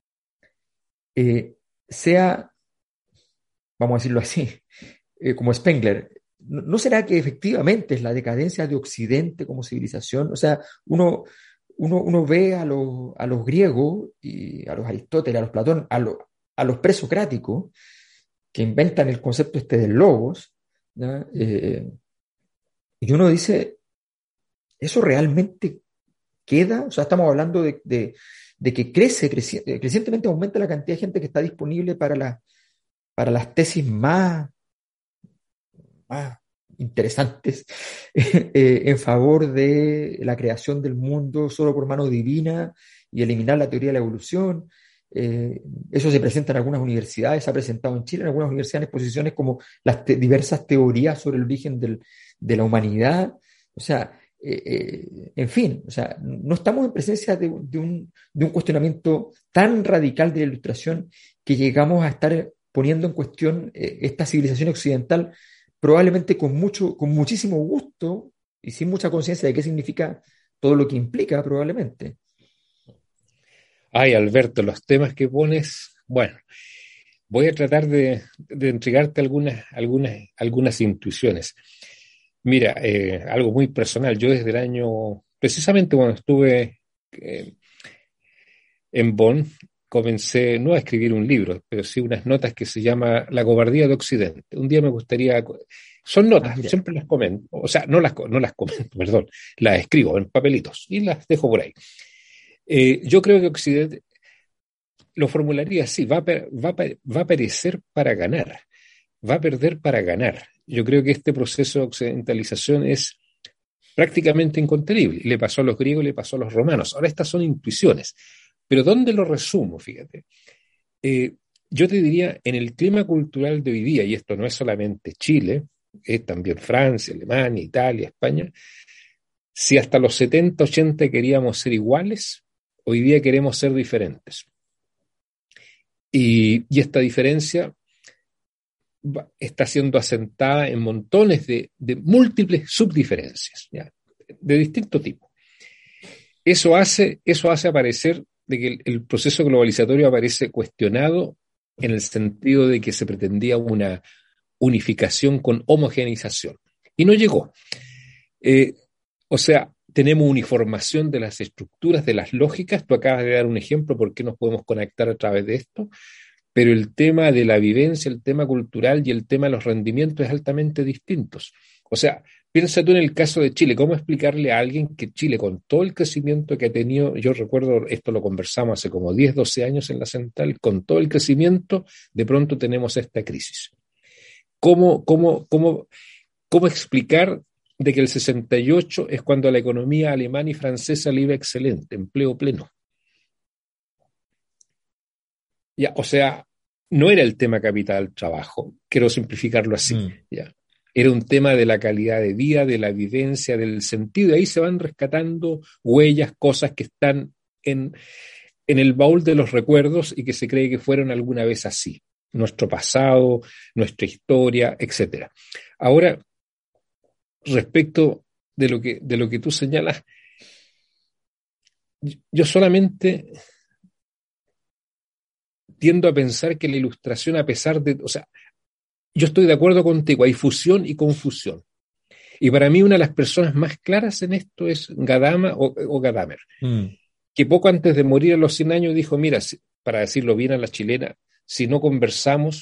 sea, vamos a decirlo así, como Spengler, ¿no será que efectivamente es la decadencia de Occidente como civilización? O sea, uno ve a los griegos y a los Aristóteles, a los Platón, a los presocráticos que inventan el concepto este del logos, ¿ya? Y uno dice, ¿eso realmente queda? O sea, estamos hablando de que crecientemente aumenta la cantidad de gente que está disponible para las tesis más interesantes en favor de la creación del mundo solo por mano divina y eliminar la teoría de la evolución. Eso se presenta en algunas universidades, se ha presentado en Chile, en algunas universidades, exposiciones como las diversas teorías sobre el origen de la humanidad. O sea, en fin, o sea, no estamos en presencia de un cuestionamiento tan radical de la ilustración que llegamos a estar poniendo en cuestión esta civilización occidental, probablemente con muchísimo gusto y sin mucha conciencia de qué significa todo lo que implica, probablemente. Ay, Alberto, los temas que pones, bueno, voy a tratar de entregarte algunas intuiciones. Mira, algo muy personal. Yo desde el año, precisamente cuando estuve eh, en Bonn, comencé no a escribir un libro, pero sí unas notas que se llama La cobardía de Occidente. Un día me gustaría, son Ah, notas, mira, siempre las comento, o sea, no las comento, perdón, las escribo en papelitos y las dejo por ahí. Yo creo que Occidente lo formularía así, va a perecer para ganar, va a perder para ganar. Yo creo que este proceso de occidentalización es prácticamente incontenible. Le pasó a los griegos, le pasó a los romanos. Ahora estas son intuiciones. Pero ¿dónde lo resumo? Fíjate. Eh, yo te diría, en el clima cultural de hoy día, y esto no es solamente Chile, es también Francia, Alemania, Italia, España, si hasta los 70, 80 queríamos ser iguales, hoy día queremos ser diferentes. Y esta diferencia está siendo asentada en montones de múltiples subdiferencias, ¿ya? De distinto tipo. Eso hace aparecer de que el proceso globalizatorio aparece cuestionado en el sentido de que se pretendía una unificación con homogeneización. Y no llegó. O sea, tenemos uniformación de las estructuras, de las lógicas. Tú acabas de dar un ejemplo por qué nos podemos conectar a través de esto, pero el tema de la vivencia, el tema cultural y el tema de los rendimientos es altamente distintos. O sea, piensa tú en el caso de Chile, ¿cómo explicarle a alguien que Chile, con todo el crecimiento que ha tenido, yo recuerdo, esto lo conversamos hace como 10, 12 años en la Central, con todo el crecimiento, de pronto tenemos esta crisis? ¿Cómo explicar de que el 68 es cuando la economía alemana y francesa le iba excelente, empleo pleno? Ya, o sea, no era el tema capital-trabajo, quiero simplificarlo así, ya. Era un tema de la calidad de vida, de la vivencia, del sentido, y ahí se van rescatando huellas, cosas que están en el baúl de los recuerdos y que se cree que fueron alguna vez así. Nuestro pasado, nuestra historia, etc. Ahora, respecto de lo que tú señalas, yo solamente tiendo a pensar que la ilustración, a pesar de, o sea, yo estoy de acuerdo contigo, hay fusión y confusión. Y para mí una de las personas más claras en esto es Gadamer, que poco antes de morir a los 100 años dijo, mira, para decirlo bien a la chilena, si no conversan,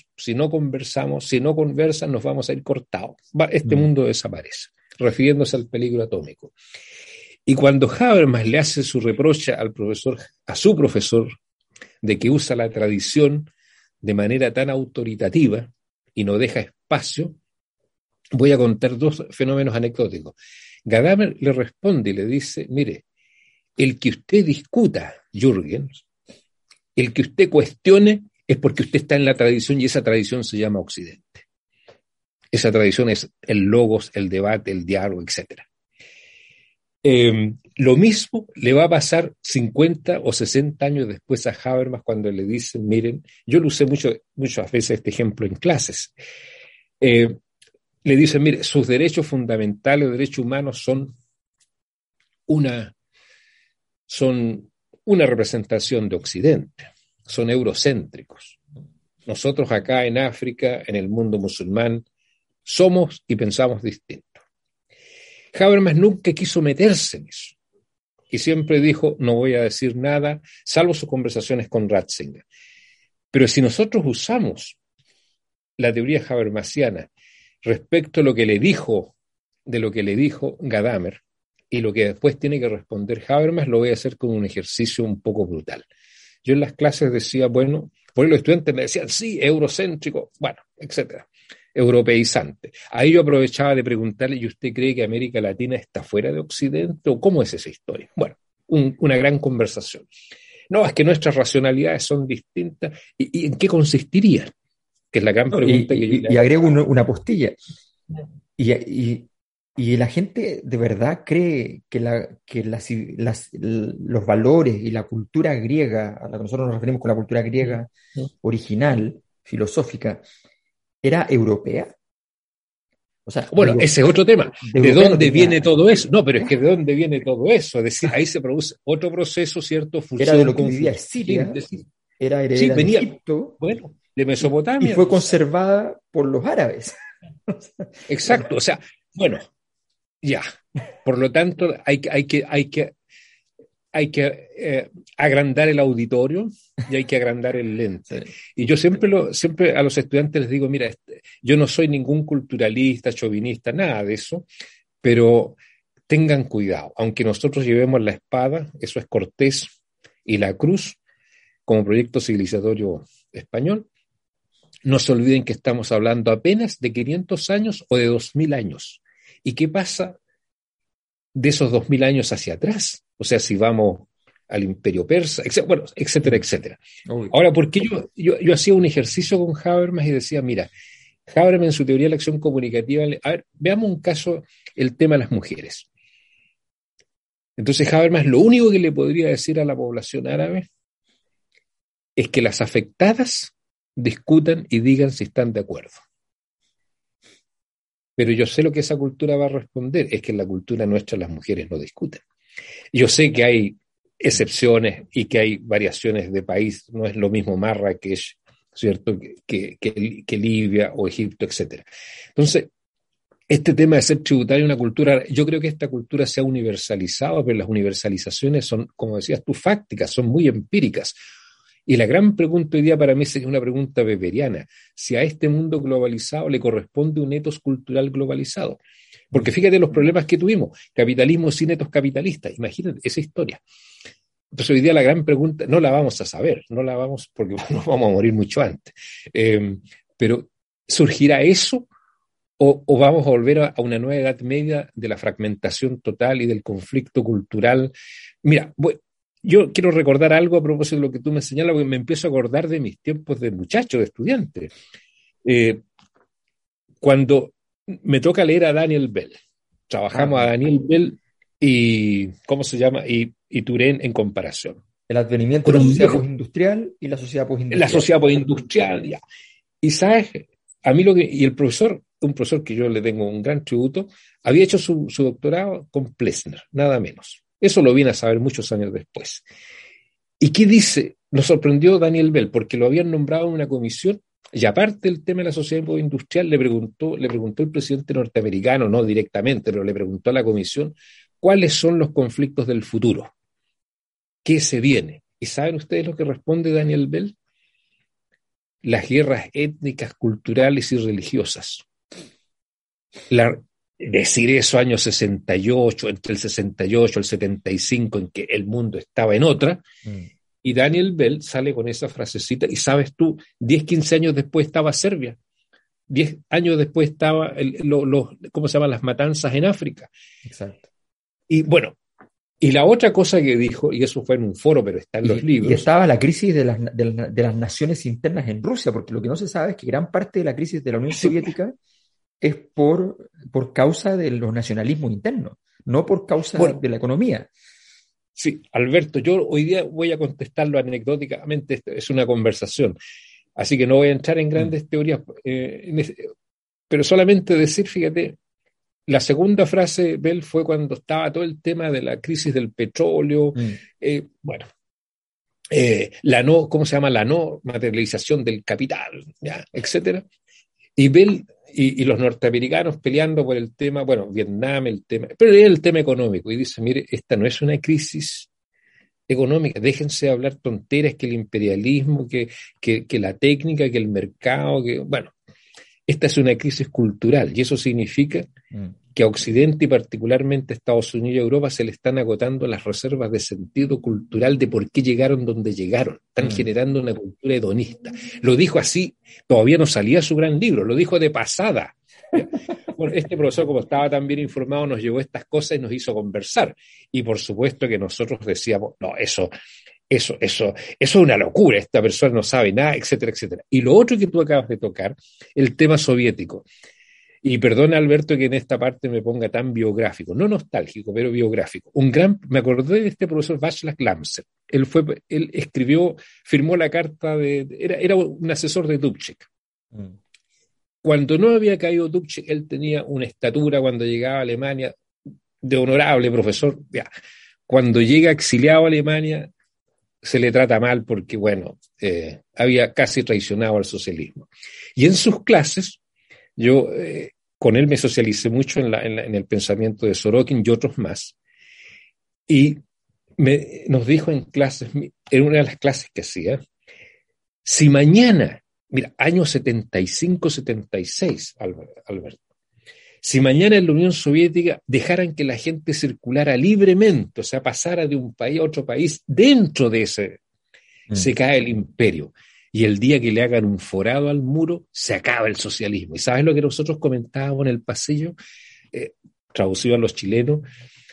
nos vamos a ir cortados. Este mundo desaparece, refiriéndose al peligro atómico. Y cuando Habermas le hace su reproche a su profesor, de que usa la tradición de manera tan autoritativa y no deja espacio, voy a contar dos fenómenos anecdóticos. Gadamer le responde y le dice, mire, el que usted discuta, Jürgens, el que usted cuestione es porque usted está en la tradición y esa tradición se llama Occidente. Esa tradición es el logos, el debate, el diálogo, etc. Lo mismo le va a pasar 50 o 60 años después a Habermas cuando le dicen, miren, yo lo usé muchas veces este ejemplo en clases, le dicen, mire, sus derechos fundamentales, los derechos humanos son una representación de Occidente, son eurocéntricos. Nosotros acá en África, en el mundo musulmán, somos y pensamos distinto. Habermas nunca quiso meterse en eso y siempre dijo, no voy a decir nada, salvo sus conversaciones con Ratzinger. Pero si nosotros usamos la teoría habermasiana respecto a lo que le dijo Gadamer y lo que después tiene que responder Habermas, lo voy a hacer con un ejercicio un poco brutal. Yo en las clases decía, bueno, por ahí los estudiantes me decían, sí, eurocéntrico, bueno, etcétera, europeizante. Ahí yo aprovechaba de preguntarle, ¿y usted cree que América Latina está fuera de Occidente o cómo es esa historia? Bueno, una gran conversación. No, es que nuestras racionalidades son distintas. ¿Y en qué consistirían? Que es la gran pregunta que yo le hago. Y agrego una postilla. Y la gente de verdad cree que los valores y la cultura griega, a la que nosotros nos referimos con la cultura griega original, filosófica, era europea. O sea, bueno, ese es otro tema. ¿De dónde viene todo eso? No, pero es que ¿de dónde viene todo eso? Es decir, ahí se produce otro proceso, ¿cierto? Fusión, era de lo que vivía Siria, era heredera de Egipto, bueno, de Mesopotamia. Y fue conservada por los árabes. Exacto, o sea, bueno, ya. Por lo tanto, hay que agrandar el auditorio y hay que agrandar el lente. Sí. Y yo siempre a los estudiantes les digo, mira, yo no soy ningún culturalista, chauvinista, nada de eso, pero tengan cuidado. Aunque nosotros llevemos la espada, eso es Cortés, y la cruz como proyecto civilizatorio español, no se olviden que estamos hablando apenas de 500 años o de 2000 años. ¿Y qué pasa de esos 2000 años hacia atrás? O sea, si vamos al imperio persa, bueno, etcétera, etcétera. Uy. Ahora, ¿por qué yo hacía un ejercicio con Habermas y decía, mira, Habermas en su teoría de la acción comunicativa, a ver, veamos un caso, el tema de las mujeres. Entonces Habermas lo único que le podría decir a la población árabe es que las afectadas discutan y digan si están de acuerdo. Pero yo sé lo que esa cultura va a responder, es que en la cultura nuestra las mujeres no discuten. Yo sé que hay excepciones y que hay variaciones de país, no es lo mismo Marrakech, ¿cierto?, que Libia o Egipto, etcétera. Entonces, este tema de ser tributario en una cultura, yo creo que esta cultura se ha universalizado, pero las universalizaciones son, como decías tú, fácticas, son muy empíricas. Y la gran pregunta hoy día para mí es una pregunta weberiana, si a este mundo globalizado le corresponde un etos cultural globalizado. Porque fíjate los problemas que tuvimos, capitalismo sin etos capitalistas, imagínate esa historia. Entonces hoy día la gran pregunta, no la vamos a saber, no la vamos, porque nos vamos a morir mucho antes. Pero ¿surgirá eso o vamos a volver a una nueva edad media de la fragmentación total y del conflicto cultural? Mira, yo quiero recordar algo a propósito de lo que tú me señalas, porque me empiezo a acordar de mis tiempos de muchacho, de estudiante. Cuando me toca leer a Daniel Bell, trabajamos a Daniel Bell y, ¿cómo se llama? Y Turén en comparación. El advenimiento de la sociedad postindustrial y la sociedad postindustrial. La sociedad postindustrial, ya. Y sabes, a mí y el profesor, un profesor que yo le tengo un gran tributo, había hecho su doctorado con Plessner, nada menos. Eso lo vine a saber muchos años después. ¿Y qué dice? Nos sorprendió Daniel Bell, porque lo habían nombrado en una comisión, y aparte del tema de la sociedad industrial, le preguntó el presidente norteamericano, no directamente, pero le preguntó a la comisión, ¿cuáles son los conflictos del futuro? ¿Qué se viene? ¿Y saben ustedes lo que responde Daniel Bell? Las guerras étnicas, culturales y religiosas. Decir eso años 68, entre el 68 y el 75, en que el mundo estaba en otra, y Daniel Bell sale con esa frasecita, y sabes tú, 10, 15 años después estaba Serbia, 10 años después estaba, ¿cómo se llaman? Las matanzas en África. Exacto. Y bueno, y la otra cosa que dijo, y eso fue en un foro, pero está en los libros. Y estaba la crisis de las naciones internas en Rusia, porque lo que no se sabe es que gran parte de la crisis de la Unión Soviética es por causa de los nacionalismos internos, no por causa de la economía. Sí, Alberto, yo hoy día voy a contestarlo anecdóticamente, esto es una conversación, así que no voy a entrar en grandes teorías, pero solamente decir, fíjate, la segunda frase, Bell, fue cuando estaba todo el tema de la crisis del petróleo, ¿cómo se llama? La no materialización del capital, ¿ya? Etcétera. Y Bell y los norteamericanos peleando por el tema, Vietnam, pero era el tema económico, y dice, mire, esta no es una crisis económica, déjense de hablar tonteras, que el imperialismo, que la técnica, que el mercado, esta es una crisis cultural, y eso significa que a Occidente y particularmente a Estados Unidos y Europa se le están agotando las reservas de sentido cultural de por qué llegaron donde llegaron. Están generando una cultura hedonista. Lo dijo así, todavía no salía su gran libro, lo dijo de pasada. Bueno, este profesor, como estaba tan bien informado, nos llevó estas cosas y nos hizo conversar. Y por supuesto que nosotros decíamos, no, eso es una locura, esta persona no sabe nada, etcétera, etcétera. Y lo otro que tú acabas de tocar, el tema soviético. Y perdona, Alberto, que en esta parte me ponga tan biográfico, no nostálgico, pero biográfico. Me acordé de este profesor Václav Glamser. Él escribió, firmó la carta era un asesor de Dubček. Cuando no había caído Dubček, él tenía una estatura cuando llegaba a Alemania de honorable profesor. Ya. Cuando llega exiliado a Alemania, se le trata mal porque, había casi traicionado al socialismo. Y en sus clases, yo con él me socialicé mucho en el pensamiento de Sorokin y otros más. Y nos dijo en una de las clases que hacía, si mañana, mira, año 75, 76, Alberto, si mañana en la Unión Soviética dejaran que la gente circulara libremente, o sea, pasara de un país a otro país, dentro de ese, se cae el imperio. Y el día que le hagan un forado al muro, se acaba el socialismo. ¿Y sabes lo que nosotros comentábamos en el pasillo? Traducido a los chilenos,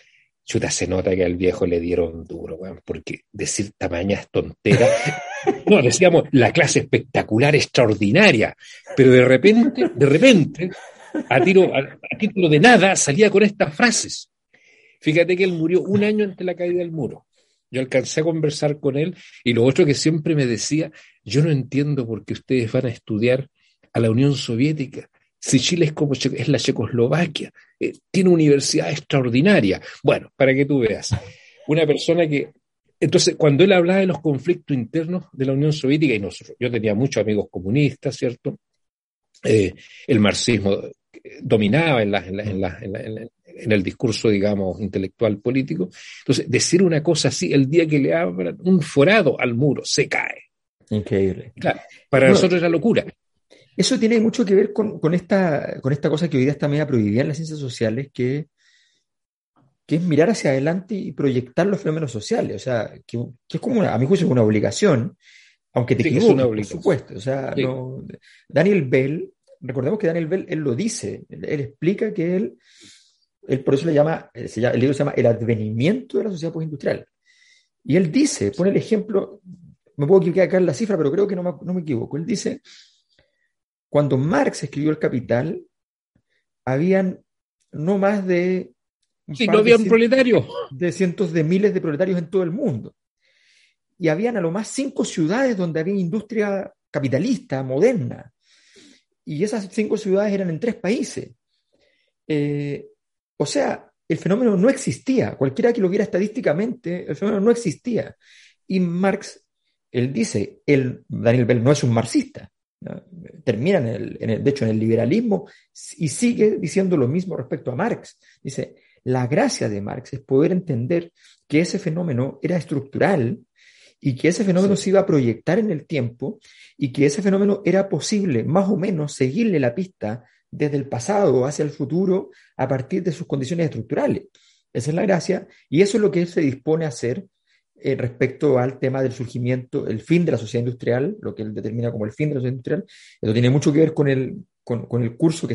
chuta, se nota que al viejo le dieron duro, weón, porque decir tamañas tonteras. No, decíamos la clase espectacular, extraordinaria, pero de repente, a título de nada, salía con estas frases. Fíjate que él murió un año antes de la caída del muro. Yo alcancé a conversar con él y lo otro que siempre me decía, yo no entiendo por qué ustedes van a estudiar a la Unión Soviética, si Chile es como es la Checoslovaquia, tiene universidad extraordinaria. Bueno, para que tú veas, una persona que... Entonces, cuando él hablaba de los conflictos internos de la Unión Soviética, y nosotros, yo tenía muchos amigos comunistas, ¿cierto? El marxismo dominaba en el discurso, digamos, intelectual político. Entonces, decir una cosa así, el día que le abran un forado al muro, se cae. Increíble. Claro, para Bueno, nosotros era locura. eso tiene mucho que ver con esta cosa que hoy día está media prohibida en las ciencias sociales, que es mirar hacia adelante y proyectar los fenómenos sociales. O sea, que es como, a mi juicio, es una obligación, aunque te Sí, es una equivoques, por obligación. supuesto. O sea, Sí, no, Daniel Bell, recordemos que Daniel Bell, él lo dice, él explica que él por eso le llama, el libro se llama El advenimiento de la sociedad postindustrial. Y él dice, pone el ejemplo, me puedo equivocar acá en la cifra, pero creo que no me equivoco. Él dice, cuando Marx escribió El Capital, habían no más de un sí, no par había un proletario. de cientos de miles de proletarios en todo el mundo. Y habían a lo más 5 ciudades donde había industria capitalista, moderna. Y esas 5 ciudades eran en 3 países. O sea, el fenómeno no existía. Cualquiera que lo viera estadísticamente, el fenómeno no existía. Y Marx, él dice, Daniel Bell no es un marxista, ¿no? Termina de hecho en el liberalismo y sigue diciendo lo mismo respecto a Marx. Dice, la gracia de Marx es poder entender que ese fenómeno era estructural y que ese fenómeno Sí. se iba a proyectar en el tiempo y que ese fenómeno era posible más o menos seguirle la pista desde el pasado hacia el futuro a partir de sus condiciones estructurales. Esa es la gracia y eso es lo que él se dispone a hacer respecto al tema del surgimiento, el fin de la sociedad industrial, lo que él determina como el fin de la sociedad industrial. Eso tiene mucho que ver con el curso que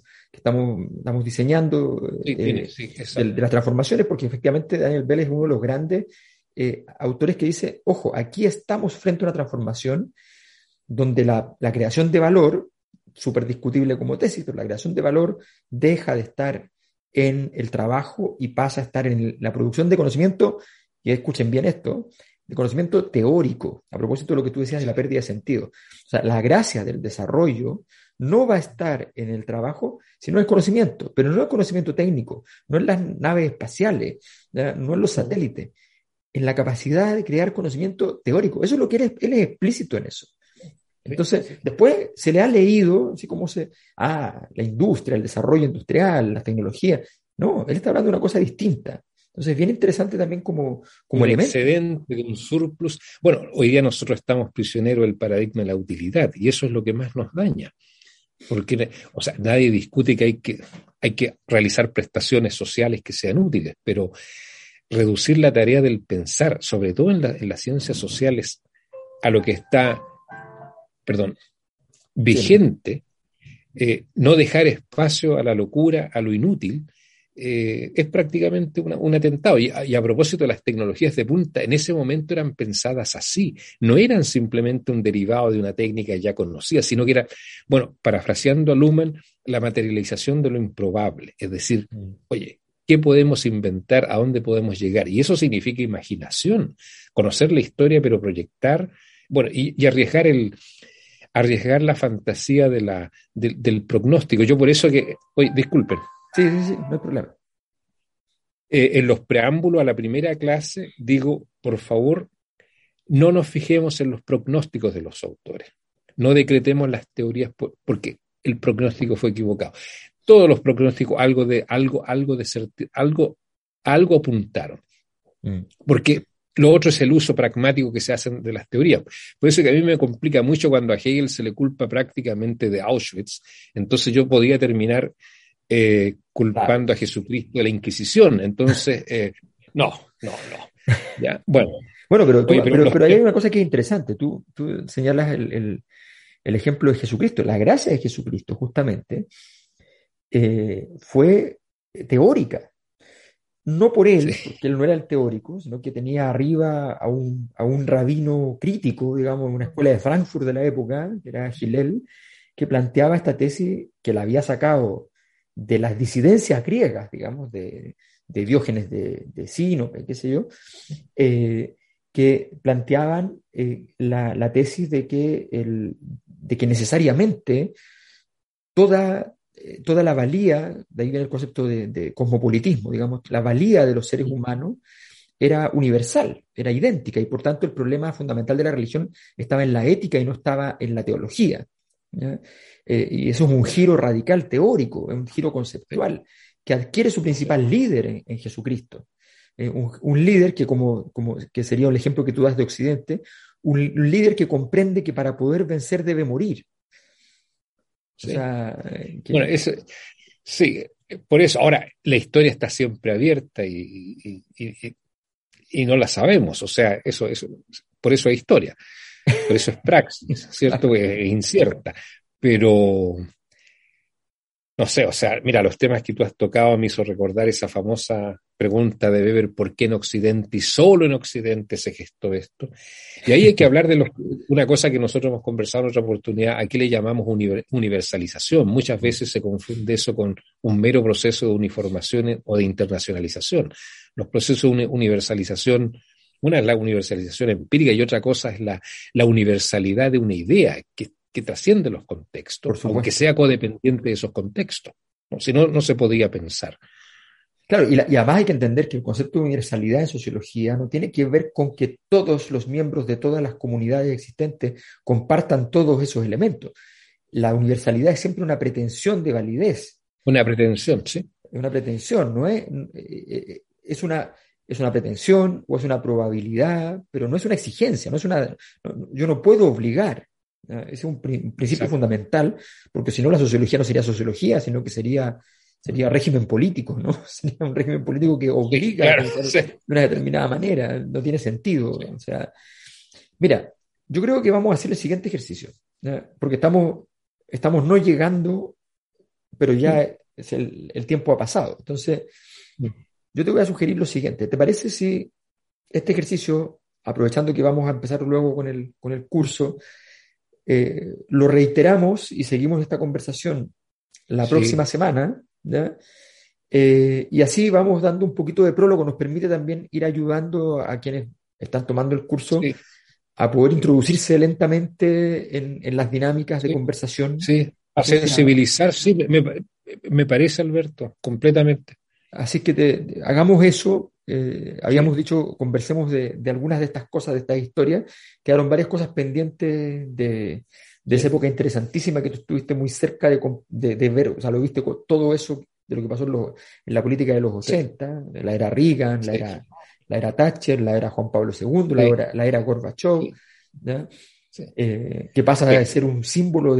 estamos diseñando Sí, tiene, sí, de exacto. las transformaciones, porque efectivamente Daniel Bell es uno de los grandes autores que dice, ojo, aquí estamos frente a una transformación donde la creación de valor, súper discutible como tesis, pero la creación de valor deja de estar en el trabajo y pasa a estar en la producción de conocimiento, y escuchen bien esto, de conocimiento teórico, a propósito de lo que tú decías de la Sí. pérdida de sentido. O sea, la gracia del desarrollo no va a estar en el trabajo, sino en el conocimiento, pero no el conocimiento técnico, no en las naves espaciales, ¿ya? No en los satélites, en la capacidad de crear conocimiento teórico. Eso es lo que él es explícito en eso. Sí, Entonces, sí. después se le ha leído, así como la industria, el desarrollo industrial, las tecnologías. No, él está hablando de una cosa distinta. Entonces, es bien interesante también como Un elemento. excedente, de un surplus. Bueno, hoy día nosotros estamos prisioneros del paradigma de la utilidad y eso es lo que más nos daña. Porque, o sea, nadie discute que hay que realizar prestaciones sociales que sean útiles, pero reducir la tarea del pensar, sobre todo en las ciencias sociales, a lo que está, perdón, Sí, no. vigente, no dejar espacio a la locura, a lo inútil, es prácticamente un atentado. Y a propósito de las tecnologías de punta, en ese momento eran pensadas así, no eran simplemente un derivado de una técnica ya conocida, sino que era, bueno, parafraseando a Luhmann, la materialización de lo improbable, es decir, Mm. oye, ¿qué podemos inventar? ¿A dónde podemos llegar? Y eso significa imaginación, conocer la historia, pero proyectar, bueno, y arriesgar la fantasía del pronóstico. Yo por eso que, oye, disculpen, Sí, sí, sí, no hay problema. en los preámbulos a la primera clase digo, por favor, no nos fijemos en los pronósticos de los autores. No decretemos las teorías porque el pronóstico fue equivocado. Todos los pronósticos algo apuntaron. Mm. Porque lo otro es el uso pragmático que se hacen de las teorías. Por eso que a mí me complica mucho cuando a Hegel se le culpa prácticamente de Auschwitz. Entonces yo podía terminar Claro. culpando a Jesucristo de la Inquisición. Entonces, no, no, no. ¿Ya? Bueno, Bueno, oye, pero pero ahí hay una cosa que es interesante. Tú señalas el ejemplo de Jesucristo. La gracia de Jesucristo, justamente, fue teórica. no por sí, él, porque él no era el teórico, sino que tenía arriba a un rabino crítico, digamos, en una escuela de Frankfurt de la época, que era Hillel, que planteaba esta tesis que la había sacado de las disidencias griegas, digamos, de Diógenes de Sinope, qué sé yo, que planteaban la tesis de que necesariamente toda la valía, de ahí viene el concepto de cosmopolitismo, digamos, la valía de los seres humanos era universal, era idéntica, y por tanto el problema fundamental de la religión estaba en la ética y no estaba en la teología. ¿Ya? Y eso es un giro radical teórico, es un giro conceptual, que adquiere su principal líder en Jesucristo. Un líder que, que sería el ejemplo que tú das de Occidente, un líder que comprende que para poder vencer debe morir. O sí. sea, Bueno, sí, por eso ahora la historia está siempre abierta y no la sabemos, o sea, por eso es historia, por eso es praxis, ¿cierto? Es incierta, pero no sé, o sea, mira, los temas que tú has tocado me hizo recordar esa famosa pregunta de Weber, ¿por qué en Occidente y solo en Occidente se gestó esto? Y ahí hay que hablar de una cosa que nosotros hemos conversado en otra oportunidad, aquí le llamamos universalización. Muchas veces se confunde eso con un mero proceso de uniformación o de internacionalización. Los procesos de universalización, una es la universalización empírica y otra cosa es la universalidad de una idea que trasciende los por contextos, aunque supuesto. sea codependiente de esos contextos, ¿no? Si no, no se podía pensar. Claro, y además hay que entender que el concepto de universalidad en sociología no tiene que ver con que todos los miembros de todas las comunidades existentes compartan todos esos elementos. La universalidad es siempre una pretensión de validez, Una pretensión, sí. es una pretensión, ¿no es? Es una pretensión o es una probabilidad, pero no es una exigencia, yo no puedo obligar. ¿Ya? Ese es un principio Exacto. fundamental, porque si no la sociología no sería sociología, sino que sería régimen político, ¿no? Sería un régimen político que Sí, obliga a claro, pensar sí. de una determinada manera, no tiene sentido. Sí. O sea, mira, yo creo que vamos a hacer el siguiente ejercicio, ¿ya? Porque estamos no llegando, pero ya el tiempo ha pasado. Entonces, yo te voy a sugerir lo siguiente. ¿Te parece si este ejercicio, aprovechando que vamos a empezar luego con el curso, lo reiteramos y seguimos esta conversación la próxima Sí, semana? ¿Ya? Y así vamos dando un poquito de prólogo, nos permite también ir ayudando a quienes están tomando el curso sí, a poder sí, introducirse lentamente en las dinámicas de sí, conversación. sí. A Así que, sensibilizar, sí, me parece, Alberto, completamente. así que hagamos eso. Habíamos Sí, dicho, conversemos de algunas de estas cosas, de estas historias. Quedaron varias cosas pendientes de esa sí, época interesantísima que tú estuviste muy cerca de ver, o sea, lo viste con todo eso de lo que pasó en la política de los sí, 80, la era Reagan, sí, la era Thatcher, la era Juan Pablo II, sí, la era Gorbachev, sí, ¿ya? sí, Que pasa de sí, ser un símbolo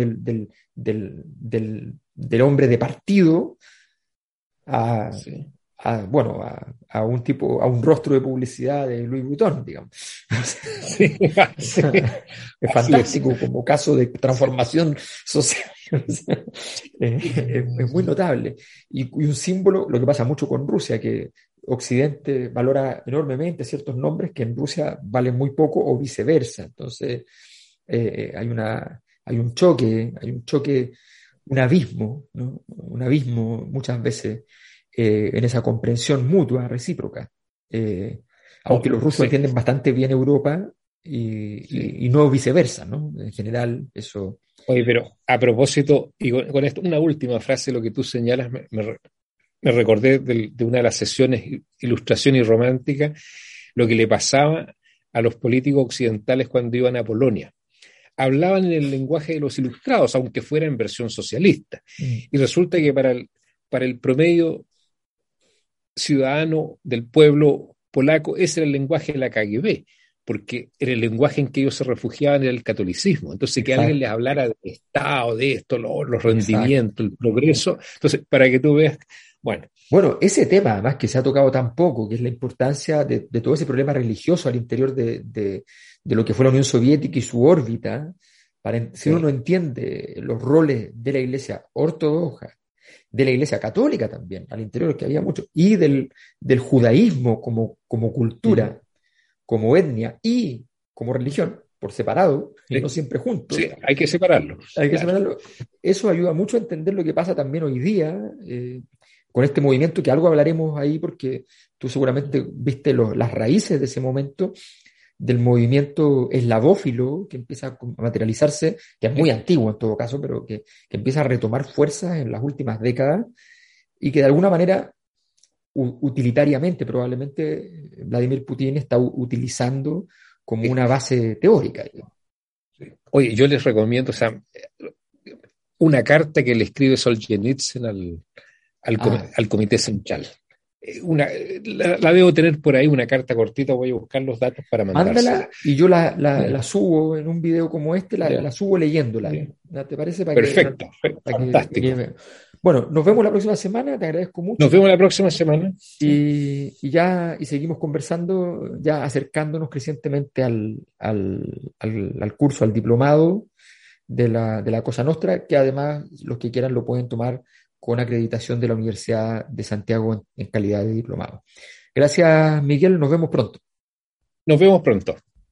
del hombre de partido a, sí. bueno, a un tipo, a un rostro de publicidad de Louis Vuitton, digamos. Sí, sí, Es así es. fantástico como caso de Sí, transformación social. Es muy notable. Y un símbolo, lo que pasa mucho con Rusia, que Occidente valora enormemente ciertos nombres que en Rusia valen muy poco o viceversa. Entonces, hay un choque, un abismo, ¿no? Un abismo muchas veces en esa comprensión mutua, recíproca. Aunque oh, los rusos sí, entienden bastante bien Europa sí. y no viceversa, ¿no? En general, eso. Oye, pero a propósito, y con esto, una última frase, lo que tú señalas, me recordé de una de las sesiones Ilustración y Romántica, lo que le pasaba a los políticos occidentales cuando iban a Polonia. Hablaban en el lenguaje de los ilustrados, aunque fuera en versión socialista. Mm, Y resulta que para el promedio ciudadano del pueblo polaco, ese era el lenguaje de la KGB, porque era el lenguaje en que ellos se refugiaban en el catolicismo. Entonces, que alguien les exacto, hablara del Estado, de esto, los exacto. rendimientos, el progreso. Entonces, para que tú veas, bueno, Bueno, ese tema, además, que se ha tocado tan poco, que es la importancia de todo ese problema religioso al interior de lo que fue la Unión Soviética y su órbita, si uno no sí, entiende los roles de la Iglesia ortodoxa de la Iglesia Católica también, al interior, que había mucho, y del judaísmo como Ujú. cultura, como etnia y como religión, por separado, y no Sí, siempre sí, juntos, hay que separarlo, hay que claro. separarlo. Eso ayuda mucho a entender lo que pasa también hoy día con este movimiento, que algo hablaremos ahí, porque tú seguramente viste las raíces de ese momento, del movimiento eslavófilo que empieza a materializarse, que es muy Sí. antiguo en todo caso, pero que empieza a retomar fuerzas en las últimas décadas y que de alguna manera, utilitariamente, probablemente Vladimir Putin está utilizando como una base teórica, digamos. Sí. Oye, yo les recomiendo, o sea, una carta que le escribe Solzhenitsyn Ah, al Comité Central. La debo tener por ahí, una carta cortita, voy a buscar los datos para mandársela. mándala y yo Ya, la subo en un video como este, ya, la subo leyéndola. ya. ¿Ya te parece? Perfecto, Para que fantástico. vean. Bueno, nos vemos la próxima semana, te agradezco Nos mucho. vemos la próxima semana. Sí. Y seguimos conversando, ya acercándonos crecientemente al curso, al diplomado de la Cosa Nostra, que además los que quieran lo pueden tomar con acreditación de la Universidad de Santiago en calidad de diplomado. Gracias, Miguel, nos vemos pronto. Nos vemos pronto.